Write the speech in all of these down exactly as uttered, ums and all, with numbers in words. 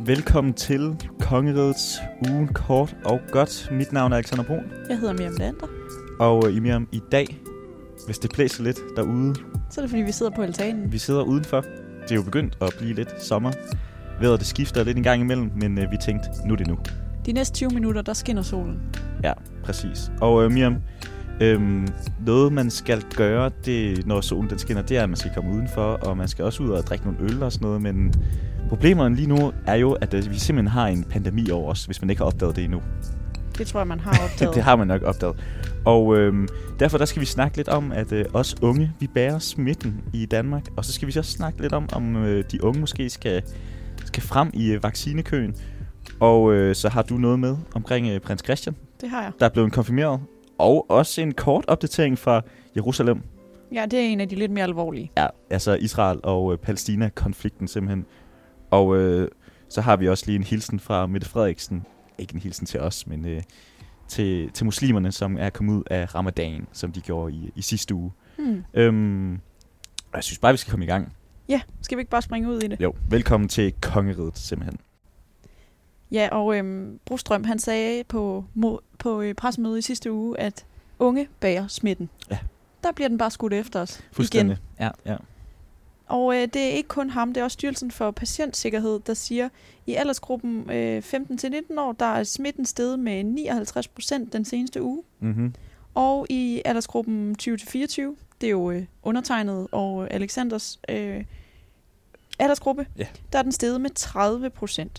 Velkommen til Kongerigets Ugen Kort og Godt. Mit navn er Alexander Brun. Jeg hedder Miriam Lander. Og uh, Miriam, i dag, hvis det blæser lidt derude... Så er det fordi, vi sidder på altanen. Vi sidder udenfor. Det er jo begyndt at blive lidt sommer. Vejret det skifter lidt en gang imellem, men uh, vi tænkte, nu er det nu. De næste tyve minutter, der skinner solen. Ja, præcis. Og uh, Miriam, øhm, noget man skal gøre, det, når solen den skinner, det er, at man skal komme udenfor, og man skal også ud og drikke nogle øl og sådan noget, men... Problemerne lige nu er jo, at vi simpelthen har en pandemi over os, hvis man ikke har opdaget det endnu. Det tror jeg, man har opdaget. Det har man nok opdaget. Og øhm, derfor der skal vi snakke lidt om, at øh, os unge, vi bærer smitten i Danmark. Og så skal vi så snakke lidt om, om øh, de unge måske skal, skal frem i øh, vaccinekøen. Og øh, så har du noget med omkring øh, prins Christian. Det har jeg. Der er blevet konfirmeret. Og også en kort opdatering fra Jerusalem. Ja, det er en af de lidt mere alvorlige. Ja, altså Israel og øh, Palæstina-konflikten simpelthen. Og øh, så har vi også lige en hilsen fra Mette Frederiksen. Ikke en hilsen til os, men øh, til, til muslimerne, som er kommet ud af ramadan, som de gjorde i, i sidste uge. Hmm. Øhm, og jeg synes bare, vi skal komme i gang. Ja, skal vi ikke bare springe ud i det? Jo, velkommen til Kongeriget, simpelthen. Ja, og øhm, Brostrøm, han sagde på, mo- på øh, pressemødet i sidste uge, at unge bærer smitten. Ja. Der bliver den bare skudt efter os Fuldstændig. Igen. Ja, ja. Og øh, det er ikke kun ham, det er også Styrelsen for Patientsikkerhed, der siger, i aldersgruppen øh, femten til nitten år, der er smitten steget med nioghalvtreds procent den seneste uge. Mm-hmm. Og i aldersgruppen tyve til fireogtyve, det er jo øh, undertegnet og Alexanders øh, aldersgruppe, yeah. Der er den steget med tredive procent.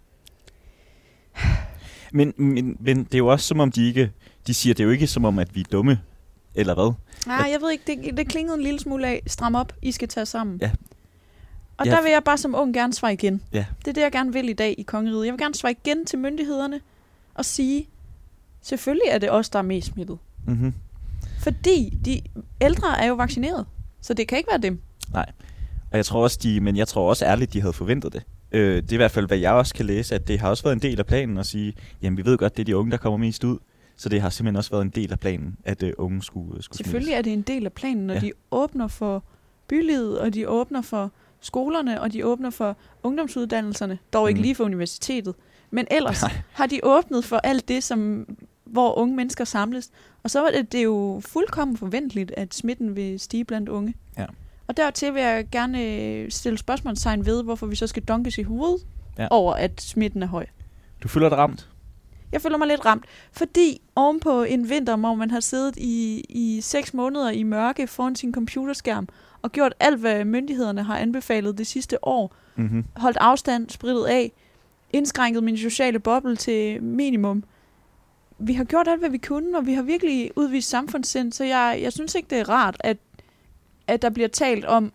Men, men, men det er jo også som om de ikke, de siger det er jo ikke som om, at vi er dumme, eller hvad? Nej, jeg ved ikke, det, det klingede en lille smule af, stram op, I skal tage sammen. Ja. Og ja. Der vil jeg bare som ung gerne svare igen. Ja. Det er det, jeg gerne vil i dag i Kongeriget. Jeg vil gerne svare igen til myndighederne og sige, selvfølgelig er det os, der er mest smittet. Mm-hmm. Fordi de ældre er jo vaccineret, så det kan ikke være dem. Nej, og jeg tror også, de, men jeg tror også ærligt, de havde forventet det. Øh, det er i hvert fald, hvad jeg også kan læse, at det har også været en del af planen at sige, jamen vi ved godt, det er de unge, der kommer mest ud. Så det har simpelthen også været en del af planen, at uh, unge skulle, skulle Selvfølgelig smittes. er det en del af planen, når ja. de åbner for bylivet, og de åbner for skolerne, og de åbner for ungdomsuddannelserne. Dog ikke mm. lige for universitetet. Men ellers Nej. har de åbnet for alt det, som, hvor unge mennesker samles. Og så er det, det er jo fuldkommen forventeligt, at smitten vil stige blandt unge. Ja. Og dertil vil jeg gerne stille spørgsmålstegn ved, hvorfor vi så skal dunkes i hovedet ja. over, at smitten er høj. Du føler dig ramt? Jeg føler mig lidt ramt, fordi ovenpå en vinter, hvor man har siddet i, i seks måneder i mørke foran sin computerskærm, og gjort alt, hvad myndighederne har anbefalet det sidste år, mm-hmm. holdt afstand, spritet af, indskrænket min sociale boble til minimum. Vi har gjort alt, hvad vi kunne, og vi har virkelig udvist samfundssind, så jeg, jeg synes ikke, det er rart, at, at der bliver talt om,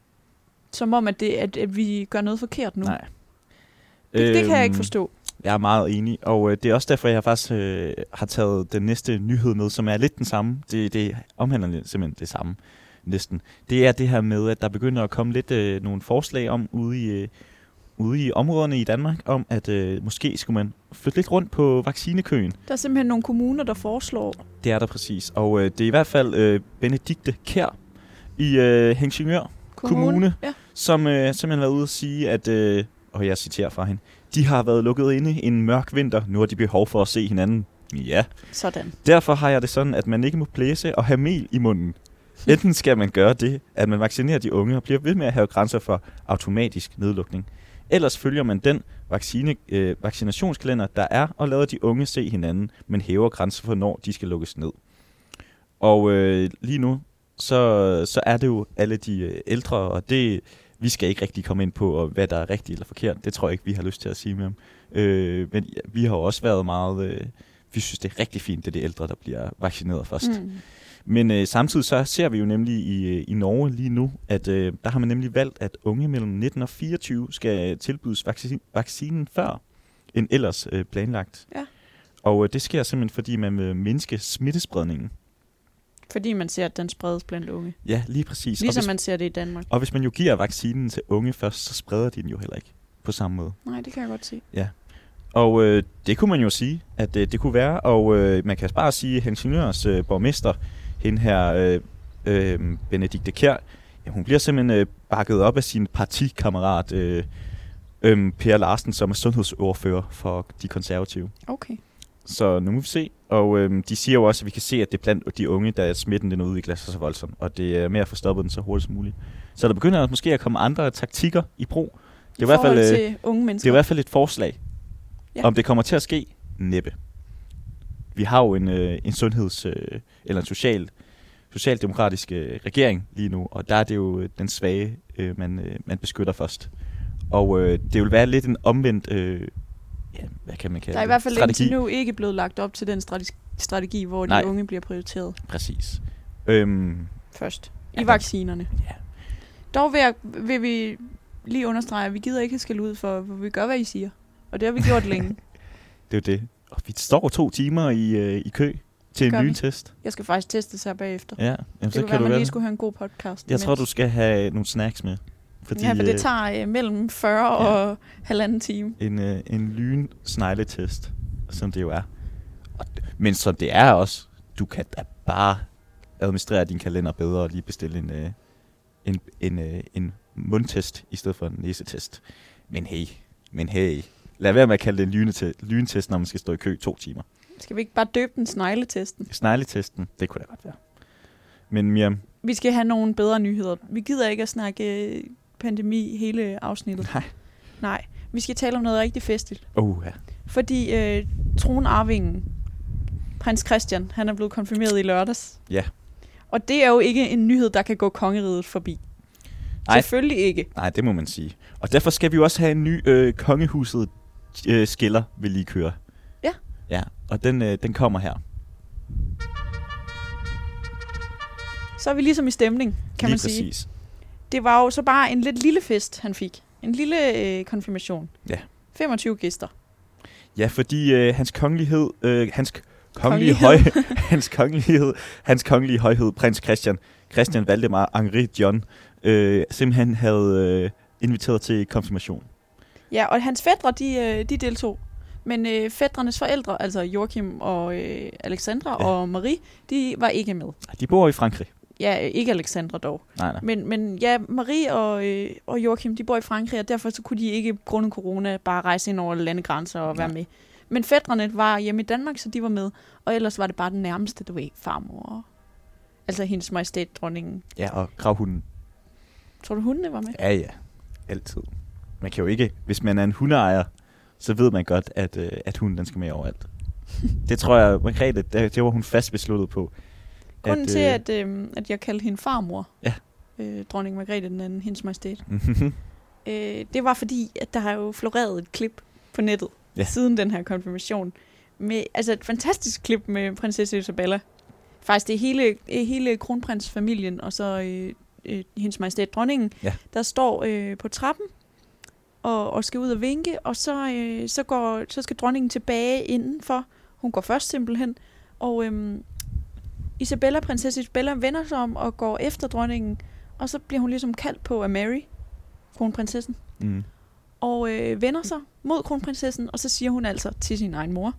som om, at, det, at, at vi gør noget forkert nu. Nej. Det, øhm. det kan jeg ikke forstå. Jeg er meget enig, og øh, det er også derfor, jeg faktisk øh, har taget den næste nyhed med, som er lidt den samme. Det, det omhandler simpelthen det samme, næsten. Det er det her med, at der begynder at komme lidt øh, nogle forslag om ude i, øh, ude i områderne i Danmark, om at øh, måske skulle man flytte lidt rundt på vaccinekøen. Der er simpelthen nogle kommuner, der foreslår. Det er der præcis, og øh, det er i hvert fald øh, Benedikte Kjær i øh, Helsingør Kommune, Kommune ja. som øh, simpelthen har været ude at sige, at... Øh, og jeg citerer fra hende, de har været lukket inde en mørk vinter, nu har de behov for at se hinanden. Ja. Sådan. Derfor har jeg det sådan, at man ikke må blæse og have mel i munden. Enten skal man gøre det, at man vaccinerer de unge og bliver ved med at have grænser for automatisk nedlukning. Ellers følger man den vaccine, øh, vaccinationskalender, der er, og lader de unge se hinanden, men hæver grænser for, når de skal lukkes ned. Og øh, lige nu, så, så er det jo alle de øh, ældre, og det... Vi skal ikke rigtig komme ind på, hvad der er rigtigt eller forkert. Det tror jeg ikke, vi har lyst til at sige med ham. Øh, men ja, vi har jo også været meget... Øh, vi synes, det er rigtig fint, det er de ældre, der bliver vaccineret først. Mm. Men øh, samtidig så ser vi jo nemlig i, i Norge lige nu, at øh, der har man nemlig valgt, at unge mellem nitten og fireogtyve skal tilbydes vaccin, vaccinen før end ellers øh, planlagt. Ja. Og øh, det sker simpelthen, fordi man vil mindske smittespredningen. Fordi man ser, at den spredes blandt unge. Ja, lige præcis. Ligesom hvis, man ser det i Danmark. Og hvis man jo giver vaccinen til unge først, så spreder de den jo heller ikke på samme måde. Nej, det kan jeg godt se. Ja. Og øh, det kunne man jo sige, at øh, det kunne være. Og øh, man kan bare sige, at Helsingørs øh, borgmester, hende her, øh, øh, Benedikte Kjær, ja, hun bliver simpelthen øh, bakket op af sin partikammerat, øh, Øhm, Per Larsen, som er sundhedsordfører for de konservative. Okay. Så nu må vi se. Og øhm, de siger jo også, at vi kan se, at det er blandt de unge, der smitten den udvikler sig så voldsomt. Og det er med at få stoppet den så hurtigt som muligt. Så der begynder måske at komme andre taktikker i brug. Det er i, I hvert fald, til unge mennesker. Det er i hvert fald et forslag. Ja. Om det kommer til at ske? Næppe. Vi har jo en, øh, en sundheds- øh, eller en social, socialdemokratisk øh, regering lige nu, og der er det jo den svage, øh, man, øh, man beskytter først. Og øh, det vil være lidt en omvendt, øh, ja, hvad kan man kalde det? Der er i hvert fald strategi. indtil nu ikke blevet lagt op til den strategi, strategi hvor Nej. de unge bliver prioriteret. Præcis. Øhm, Først. I ja, vaccinerne. Ja. Dog vil, jeg, vil vi lige understrege, at vi gider ikke skælde ud for, for vi gør, hvad I siger. Og det har vi gjort længe. Det er jo det. Og vi står to timer i, øh, i kø til en lyntest. Jeg skal faktisk testes her bagefter. Ja, jamen, det så kunne kan være, du man være lige skulle høre en god podcast. Jeg imens. tror, du skal have nogle snacks med. Fordi, ja, for det tager øh, mellem fyrre ja. og halvanden time. En, øh, en lyn-snegletest, som det jo er. Og, men som det er også, du kan da bare administrere din kalender bedre og lige bestille en, øh, en, en, øh, en mundtest i stedet for en næsetest. Men hey, men hey, lad være med at kalde det en lynete- lyntest, når man skal stå i kø to timer. Skal vi ikke bare døbe den snegletesten? Snegletesten, det kunne da godt være. Men Miriam... Vi skal have nogle bedre nyheder. Vi gider ikke at snakke øh, pandemi hele afsnittet. Nej. Nej, vi skal tale om noget rigtig festligt. Oh, ja. Fordi øh, tronarvingen, prins Christian, han er blevet konfirmeret i lørdags. Ja. Og det er jo ikke en nyhed, der kan gå kongeriget forbi. Nej. Selvfølgelig ikke. Nej, det må man sige. Og derfor skal vi jo også have en ny øh, kongehuset øh, skiller, vi lige kører. Ja. Ja, og den, øh, den kommer her. Så er vi ligesom i stemning, kan lige man sige. Præcis. Det var jo så bare en lidt lille fest, han fik. En lille øh, konfirmation. Ja. femogtyve gæster. Ja, fordi øh, hans kongelighed, øh, hans kongelige høj, hans kongelighed, hans kongelige højhed, prins Christian, Christian Valdemar Henri John, øh, simpelthen havde øh, inviteret til konfirmation. Ja, og hans fætre, de, øh, de deltog. Men øh, fætrenes forældre, altså Joachim og øh, Alexandra ja. og Marie, de var ikke med. De bor i Frankrig. Ja, ikke Alexandra dog. Nej, nej. Men, men ja, Marie og, øh, og Joachim, de bor i Frankrig, og derfor så kunne de ikke, grundet corona, bare rejse ind over landegrænser og være ja. med. Men fætrene var hjemme i Danmark, så de var med. Og ellers var det bare den nærmeste, du ved, farmor. Altså hendes majestæt, dronningen. Ja, og gravhunden. Tror du, hundene var med? Ja, ja. Altid. Man kan jo ikke, hvis man er en hundeejer, så ved man godt, at, øh, at hunden den skal med overalt. Det tror jeg, Margrethe, det, det var hun fast besluttet på. Grunden at, til, at, øh, at jeg kaldte hende farmor, ja. øh, dronning Margrethe, den anden, hendes majestæt, øh, det var fordi, at der har jo floreret et klip på nettet, ja. siden den her konfirmation. Med, altså et fantastisk klip med prinsesse Isabella. Faktisk det er hele, hele kronprinsfamilien, og så øh, øh, hendes majestæt dronningen, ja. der står øh, på trappen, og, og skal ud og vinke, og så, øh, så, går, så skal dronningen tilbage indenfor. Hun går først simpelthen, og øh, Isabella, prinsesse Isabella, vender sig om og går efter dronningen, og så bliver hun ligesom kaldt på af Mary, kronprinsessen, mm. og øh, vender sig mod kronprinsessen, og så siger hun altså til sin egen mor,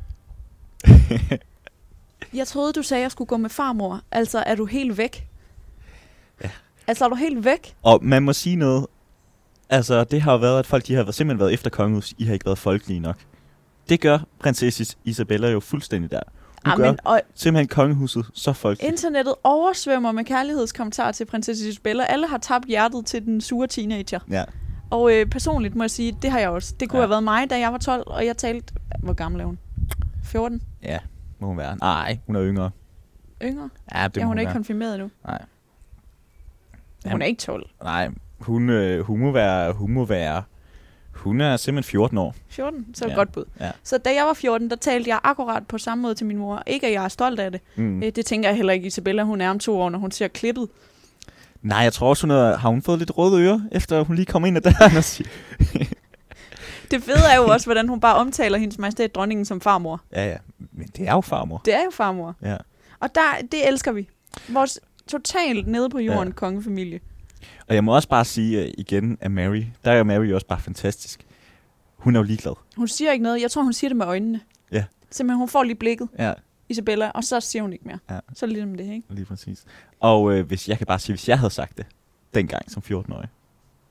jeg troede, du sagde, at jeg skulle gå med farmor. Altså, er du helt væk? Ja. Altså, er du helt væk? Og man må sige noget. Altså, det har jo været, at folk de har simpelthen været efter kongehus. I har ikke været folkelige nok. Det gør prinsesse Isabella jo fuldstændig der. Hun Amen, gør og simpelthen kongehuset så folkeligt. Internettet oversvømmer med kærlighedskommentarer til prinsesse Isabella. Alle har tabt hjertet til den sure teenager. Ja. Og øh, personligt må jeg sige, det har jeg også. Det kunne ja. have været mig, da jeg var tolv, og jeg talte... Hvor gammel er hun? fjorten? Ja, må hun være. Nej, hun er yngre. Yngre? Ja, det ja, må hun er hun ikke være. konfirmeret endnu. Nej. Ja, hun er ikke tolv. Nej, hun, øh, hun må være... Hun må være... Hun er simpelthen fjorten år. fjorten? Så er det ja. godt bud. Ja. Så da jeg var fjorten, der talte jeg akkurat på samme måde til min mor. Ikke at jeg er stolt af det. Mm. Det tænker jeg heller ikke, Isabella. Hun er om to år, når hun ser klippet. Nej, jeg tror også, hun er, har hun fået lidt røde ører, efter hun lige kom ind ad døren og siger... Det fede er jo også, hvordan hun bare omtaler hendes majestæt dronningen som farmor. Ja, ja. Men det er jo farmor. Det er jo farmor. Ja. Og der, det elsker vi. Vores totalt nede på jorden ja. kongefamilie. Og jeg må også bare sige uh, igen, at Mary, der er Mary også bare fantastisk. Hun er jo ligeglad. Hun siger ikke noget. Jeg tror, hun siger det med øjnene. Ja. Simpelthen, hun får lige blikket. Ja. Isabella, og så siger hun ikke mere. Ja. Så er det lidt om det, ikke? Lige præcis. Og øh, hvis jeg kan bare sige, hvis jeg havde sagt det dengang som fjorten-årig,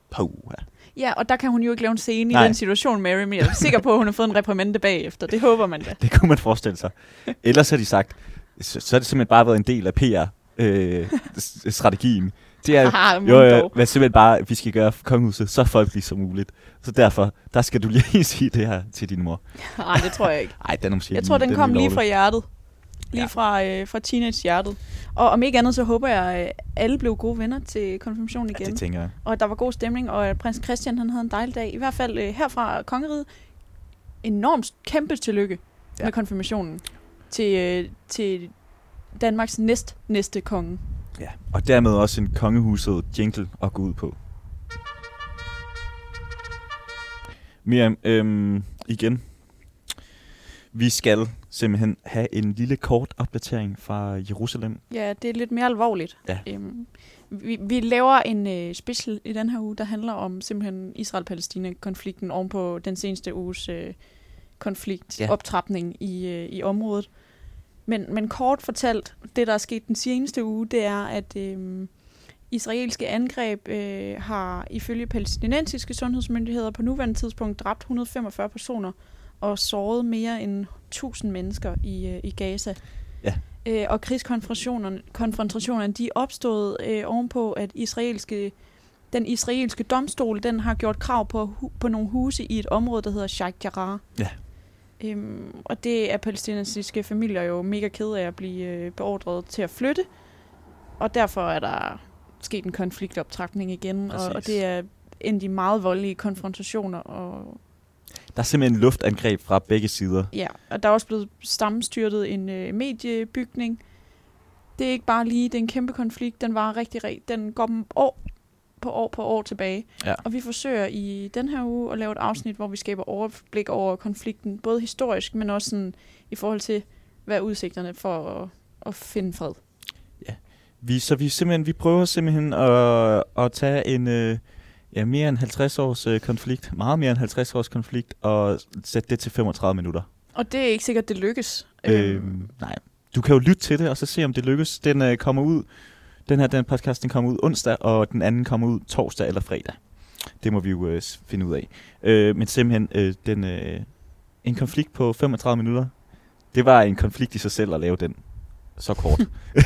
Puh. Ja, og der kan hun jo ikke lave en scene Nej. i den situation, Mary, men jeg er sikker på, at hun har fået en reprimande bagefter. Det håber man da. Det kunne man forestille sig. Ellers har de sagt, så, så har det simpelthen bare været en del af P R-strategien. Øh, det er Aha, jo, jo øh, simpelthen bare, at vi skal gøre kongehuset så folkeligt som muligt. Så derfor, der skal du lige sige det her til din mor. Nej, det tror jeg ikke. Ej, den måske Jeg tror, den, den kom lige fra hjertet. Lige ja. fra, øh, fra teenage-hjertet. Og om ikke andet, så håber jeg, at alle blev gode venner til konfirmationen igen. Ja, det tænker jeg. Og at der var god stemning, og at prins Christian han havde en dejlig dag. I hvert fald øh, her fra kongeriget. Enormt kæmpe tillykke ja. med konfirmationen til, øh, til Danmarks næst næste konge. Ja, og dermed også en kongehuset jingle at gå ud på. Miriam, øhm, igen. Vi skal simpelthen have en lille kort opdatering fra Jerusalem. Ja, det er lidt mere alvorligt. Ja. Øhm, vi, vi laver en øh, special i den her uge, der handler om simpelthen Israel-Palæstina-konflikten ovenpå den seneste uges øh, konflikt, ja. optrapning i, øh, i området. Men, men kort fortalt, det der er sket den seneste uge, det er, at øh, israelske angreb øh, har ifølge palæstinensiske sundhedsmyndigheder på nuværende tidspunkt dræbt et hundrede og femogfyrre personer og såret mere end tusind mennesker i, øh, i Gaza. Ja. Øh, og krigskonfrontationerne konfrontationerne, de opstod øh, ovenpå, at israelske, den israelske domstol den har gjort krav på, hu- på nogle huse i et område, der hedder Sheikh Jarrah. Ja. Øhm, og det er palæstinensiske familier jo mega kede af at blive øh, beordret til at flytte. Og derfor er der sket en konfliktoptrapning igen, og, og det er endt i meget voldelige konfrontationer. Og der er simpelthen luftangreb fra begge sider. Ja, og der er også blevet stamstyrtet en øh, mediebygning. Det er ikke bare lige, det er en kæmpe konflikt, den var rigtig, rigtig, den går dem år på år på år tilbage. Ja. Og vi forsøger i den her uge at lave et afsnit, hvor vi skaber overblik over konflikten, både historisk, men også sådan, i forhold til, hvad er udsigterne for at, at finde fred. Ja, vi, så vi simpelthen, vi prøver simpelthen at, at tage en øh, ja, mere end halvtreds års øh, konflikt, meget mere end halvtreds års konflikt, og sætte det til femogtredive minutter. Og det er ikke sikkert, det lykkes. Øhm, nej, du kan jo lytte til det, og så se, om det lykkes. Den øh, kommer ud, den her den podcast, den kommer ud onsdag, og den anden kommer ud torsdag eller fredag. Det må vi jo øh, finde ud af. Øh, men simpelthen, øh, den, øh, en konflikt på femogtredive minutter, det var en konflikt i sig selv at lave den så kort.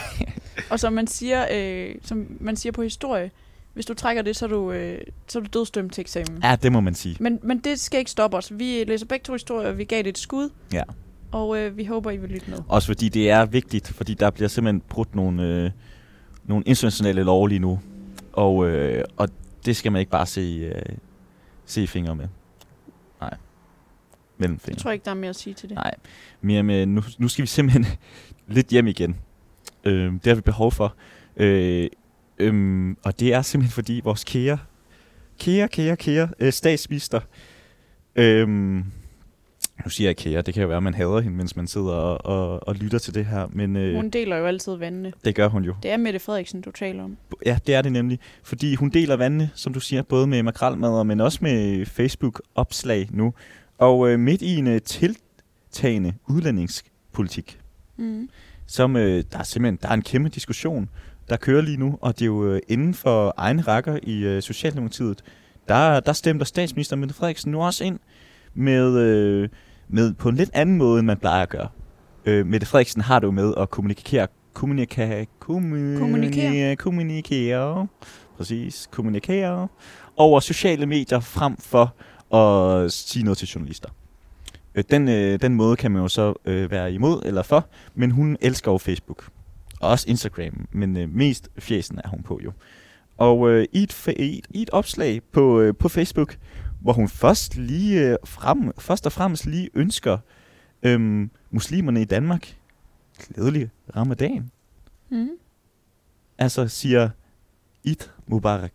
Og som man siger, øh, som man siger på historie, hvis du trækker det, så er du, øh, så er du dødsdømt til eksamen. Ja, det må man sige. Men, men det skal ikke stoppe os. Vi læser begge to historier, og vi gav det et skud. Ja. Og øh, vi håber, I vil lytte med. Også fordi det er vigtigt, fordi der bliver simpelthen brudt nogle, øh, nogle internationale love lige nu. Og, øh, og det skal man ikke bare se, øh, se fingre med. Nej. Mellemfingre. Jeg tror ikke, der er mere at sige til det. Nej. Mere med, nu, nu skal vi simpelthen lidt hjem igen. Øh, det har vi behov for. Øh, øh, og det er simpelthen fordi vores kære, kære, kære, kære øh, statsminister... Øh, Nu siger jeg kære, det kan jo være, at man hader hende, mens man sidder og, og, og lytter til det her. Men, øh, hun deler jo altid vandene. Det gør hun jo. Det er Mette Frederiksen, du taler om. Ja, det er det nemlig. Fordi hun deler vandene, som du siger, både med makrelmadder, men også med Facebook-opslag nu. Og øh, midt i en øh, tiltagende udlændingspolitik, mm. som øh, der er simpelthen der er en kæmpe diskussion, der kører lige nu. Og det er jo øh, inden for egne rækker i øh, Socialdemokratiet, der, der stemte statsminister Mette Frederiksen nu også ind med... Øh, med på en lidt anden måde, end man plejer at gøre. Øh, Mette Frederiksen har det jo med at kommunikere, kommunikere, kommunikere, kommunikere, præcis, kommunikere over sociale medier frem for at sige noget til journalister. Øh, den, øh, den måde kan man jo så øh, være imod eller for, men hun elsker jo Facebook. Og også Instagram, men øh, mest fjesen er hun på jo. Og øh, i, et, i, i et opslag på, øh, på Facebook, hvor hun først, lige, frem, først og fremmest lige ønsker øhm, muslimerne i Danmark glædelig ramadan. Mm. Altså siger Eid Mubarak.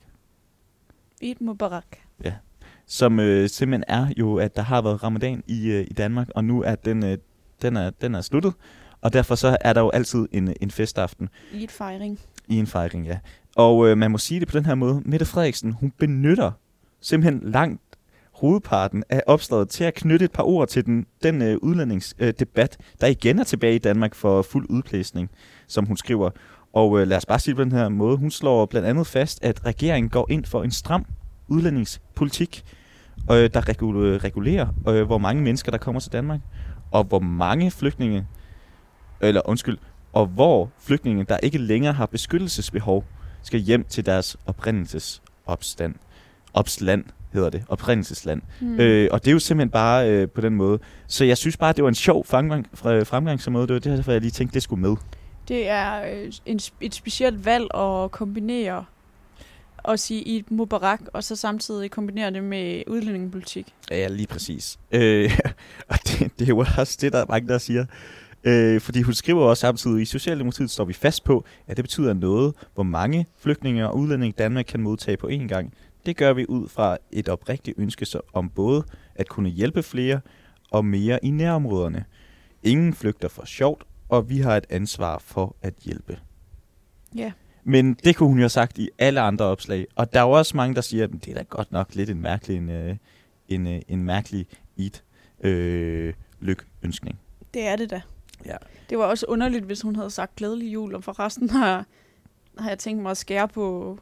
Eid Mubarak. Ja. Som øh, simpelthen er jo, at der har været ramadan i, øh, i Danmark, og nu er den, øh, den, er, den er sluttet. Og derfor så er der jo altid en, en festaften. I et fejring. I en fejring, ja. Og øh, man må sige det på den her måde. Mette Frederiksen, hun benytter simpelthen langt hovedparten af opslaget til at knytte et par ord til den, den øh, udlændingsdebat, øh, der igen er tilbage i Danmark for fuld udplæsning, som hun skriver. Og øh, lad os bare sige på den her måde, hun slår blandt andet fast, at regeringen går ind for en stram udlændingspolitik, øh, der regul- regulerer, øh, hvor mange mennesker, der kommer til Danmark, og hvor mange flygtninge, eller undskyld, og hvor flygtninge, der ikke længere har beskyttelsesbehov, skal hjem til deres oprindelsesopstand. Opsland hedder det. Oprindelsesland. Mm. Øh, og det er jo simpelthen bare øh, på den måde. Så jeg synes bare, det var en sjov fremgang, fremgangsmåde. Det var derfor, jeg lige tænkte, det skulle med. Det er øh, en, et specielt valg at kombinere og sige i et Mubarak, og så samtidig kombinere det med udlændingepolitik. Ja, lige præcis. Øh, og det, det er jo også det, der er mange, der siger. Øh, fordi hun skriver også samtidig, i Socialdemokratiet står vi fast på, at det betyder noget, hvor mange flygtninge og udlændinge Danmark kan modtage på én gang. Det gør vi ud fra et oprigtigt ønske om både at kunne hjælpe flere og mere i nærområderne. Ingen flygter for sjovt, og vi har et ansvar for at hjælpe. Ja. Yeah. Men det kunne hun jo have sagt i alle andre opslag. Og der er jo også mange, der siger, at det er da godt nok lidt en mærkelig, en, en, en mærkelig et, øh, lykønskning. Det er det da. Ja. Det var også underligt, hvis hun havde sagt glædelig jul, og forresten har, har jeg tænkt mig at skære på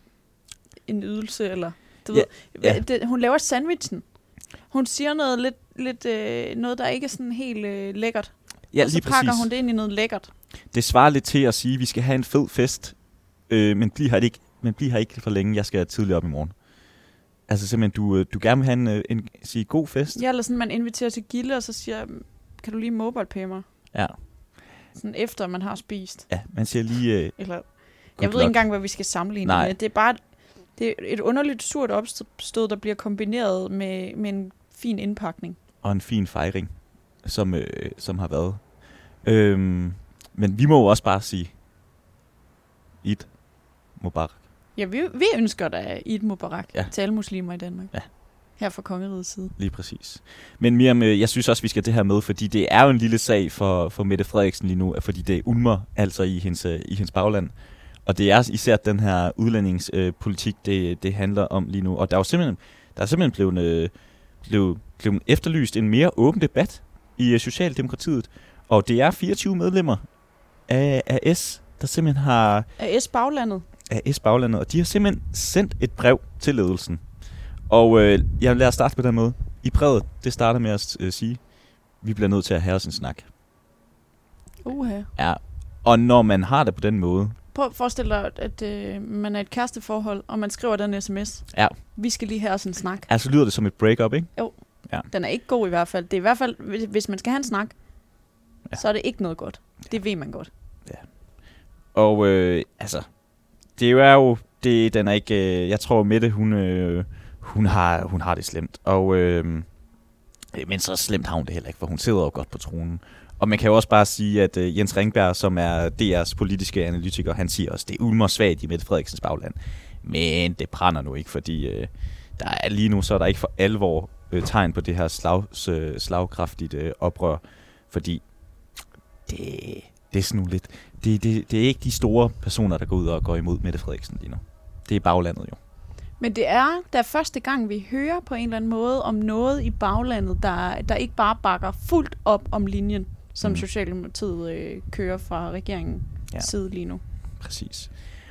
en ydelse, eller du ja. ved, Ja. Det, hun laver sandwichen. Hun siger noget lidt, lidt øh, noget, der ikke er sådan helt øh, lækkert. Ja, og så lige pakker præcis. hun det ind i noget lækkert. Det svarer lidt til at sige, at vi skal have en fed fest, øh, men bliv her ikke, men bliv her ikke for længe, jeg skal tidligt op i morgen. Altså simpelthen, du, du gerne vil have en, en sige, god fest. Ja, eller sådan, man inviterer til gilde, og så siger, kan du lige mobile-pay mig? Ja. Sådan efter man har spist. Ja, man siger lige... Øh, eller, jeg ved ikke engang, hvad vi skal sammenligne Nej. med. Det er bare det er et underligt surt opstød, der bliver kombineret med, med en fin indpakning. Og en fin fejring, som, øh, som har været. Øhm, men vi må jo også bare sige, Eid Mubarak. Ja, vi, vi ønsker da Eid Mubarak ja. til alle muslimer i Danmark. Ja. Her fra kongerigets side. Lige præcis. Men Miriam, jeg synes også, vi skal det her med, fordi det er jo en lille sag for, for Mette Frederiksen lige nu, fordi det ulmer altså i hendes, i hendes bagland. Og det er især den her udlændingspolitik, øh, det, det handler om lige nu. Og der er jo simpelthen, der er simpelthen blevet, øh, blevet, blevet efterlyst en mere åben debat i øh, Socialdemokratiet. Og det er fireogtyve medlemmer af, af S, der simpelthen har... Af S-baglandet? Af S-baglandet, og de har simpelthen sendt et brev til ledelsen. Og øh, jeg vil lade os starte på den måde. I brevet, det starter med at øh, sige, vi bliver nødt til at have os en snak. Uha. Ja, og når man har det på den måde... Prøv at forestille dig, at øh, man er et kæresteforhold, og man skriver den sms. Ja. Vi skal lige have os en snak. Altså lyder det som et break-up, ikke? Jo. Ja. Den er ikke god i hvert fald. Det er i hvert fald, hvis, hvis man skal have en snak, ja. så er det ikke noget godt. Det ja. ved man godt. Ja. Og øh, altså, det er jo... Det, den er ikke... Øh, jeg tror, Mette, hun... Øh, Hun har, hun har det slemt, og øh, men så slemt har hun det heller ikke, for hun sidder jo godt på tronen. Og man kan jo også bare sige, at øh, Jens Ringberg, som er D R's politiske analytiker, han siger også, det er ulmer svagt i Mette Frederiksens bagland. Men det brænder nu ikke, fordi øh, der er lige nu, så er der ikke for alvor øh, tegn på det her slag, øh, slagkraftigt øh, oprør, fordi det, det er sådan nu lidt, det, det, det er ikke de store personer, der går ud og går imod Mette Frederiksen lige nu. Det er baglandet jo. Men det er da første gang, vi hører på en eller anden måde om noget i baglandet, der, der ikke bare bakker fuldt op om linjen, som mm. Socialdemokratiet øh, kører fra regeringens ja. side lige nu. Præcis.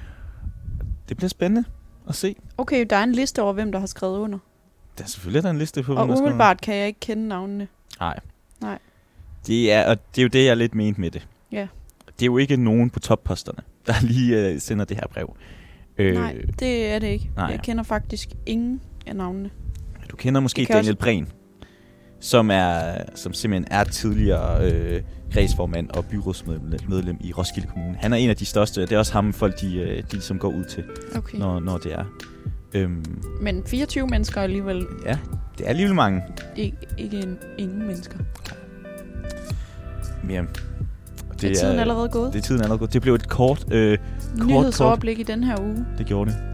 Det bliver spændende at se. Okay, der er en liste over, hvem der har skrevet under. Der er selvfølgelig der er en liste på, og umiddelbart kan jeg ikke kende navnene. Nej. Nej. Det er, og det er jo det, jeg er lidt ment med det. Ja. Det er jo ikke nogen på topposterne, der lige øh, sender det her brev. Øh, Nej, det er det ikke. Nej. Jeg kender faktisk ingen af navnene. Du kender måske Daniel også... Breen, som er som simpelthen er tidligere øh, kredsformand og byrådsmedlem i Roskilde Kommune. Han er en af de største. Det er også ham, folk de, de som går ud til, okay. når, når det er. Øhm, Men fireogtyve mennesker alligevel. Ja, det er alligevel mange. Ik- ikke en, ingen mennesker. Mere. Det er tiden allerede gået. Det er tiden allerede gået. Det blev et kort, øh, kort nyhedsoverblik kort. i den her uge. Det gjorde det.